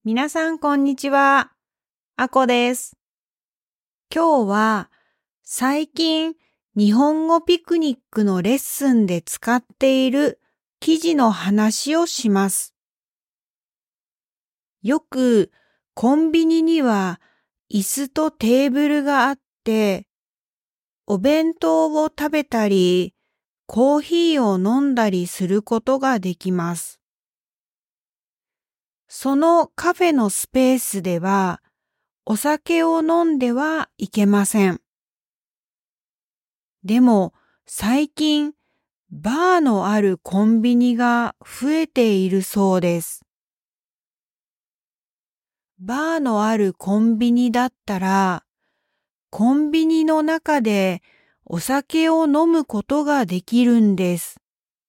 皆さんこんにちは。あこです。今日は最近日本語ピクニックのレッスンで使っている記事の話をします。よくコンビニには椅子とテーブルがあって、お弁当を食べたり、コーヒーを飲んだりすることができます。そのカフェのスペースでは、お酒を飲んではいけません。でも最近バーのあるコンビニが増えているそうです。バーのあるコンビニだったら、コンビニの中でお酒を飲むことができるんです。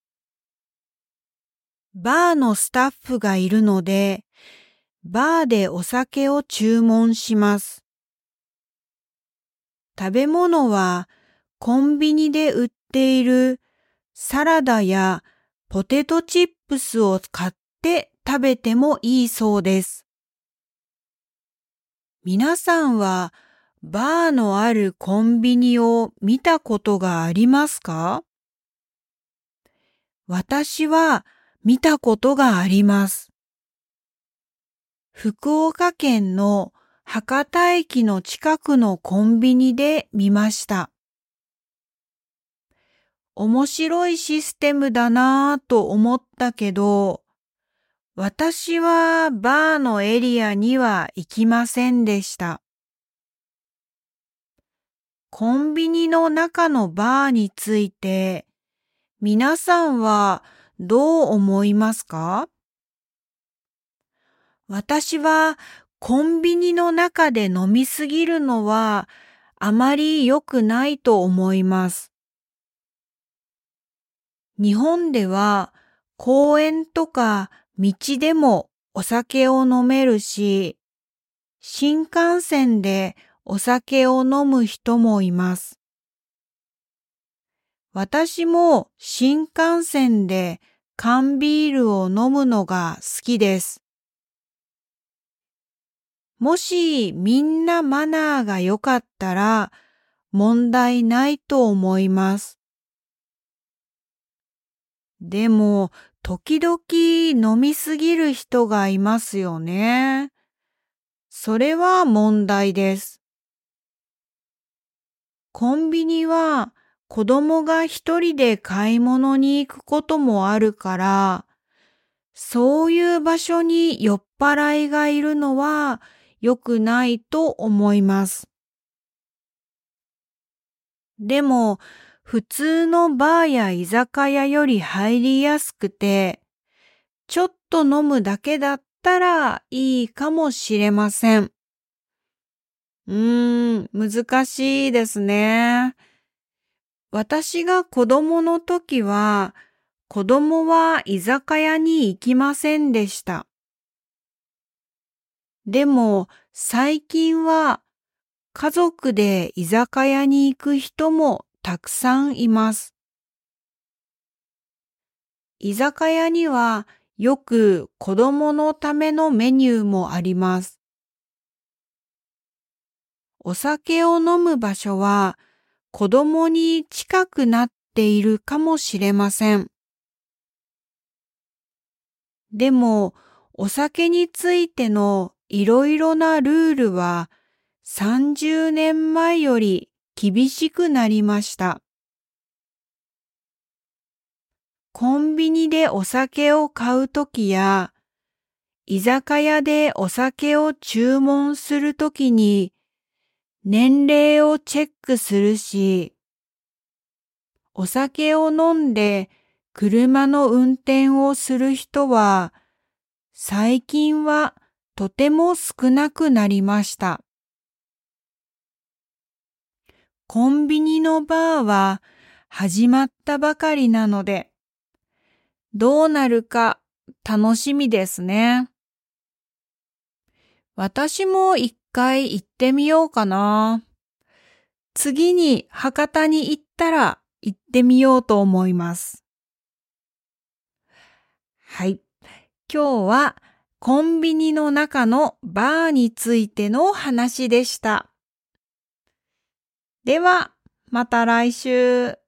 バーのスタッフがいるので、バーでお酒を注文します。食べ物はコンビニで売っているサラダやポテトチップスを買って食べてもいいそうです。皆さんはバーのあるコンビニを見たことがありますか？私は見たことがあります。福岡県の博多駅の近くのコンビニで見ました。面白いシステムだなぁと思ったけど、私はバーのエリアには行きませんでした。コンビニの中のバーについて、皆さんはどう思いますか？私はコンビニの中で飲みすぎるのはあまり良くないと思います。日本では公園とか道でもお酒を飲めるし、新幹線でお酒を飲む人もいます。私も新幹線で缶ビールを飲むのが好きです。もしみんなマナーが良かったら問題ないと思います。でも時々飲みすぎる人がいますよね。それは問題です。コンビニは子供が一人で買い物に行くこともあるから、そういう場所に酔っ払いがいるのは良くないと思います。でも、普通のバーや居酒屋より入りやすくて、ちょっと飲むだけだったらいいかもしれません。難しいですね。私が子供の時は、子供は居酒屋に行きませんでした。でも最近は家族で居酒屋に行く人もたくさんいます。居酒屋にはよく子供のためのメニューもあります。お酒を飲む場所は子供に近くなっているかもしれません。でも、お酒についてのいろいろなルールは30年前より厳しくなりました。コンビニでお酒を買うときや、居酒屋でお酒を注文するときに年齢をチェックするし、お酒を飲んで車の運転をする人は最近はとても少なくなりました。コンビニのバーは始まったばかりなので、どうなるか楽しみですね。私も一回行ってみようかな。次に博多に行ったら行ってみようと思います。はい。今日はコンビニの中のバーについての話でした。では、また来週。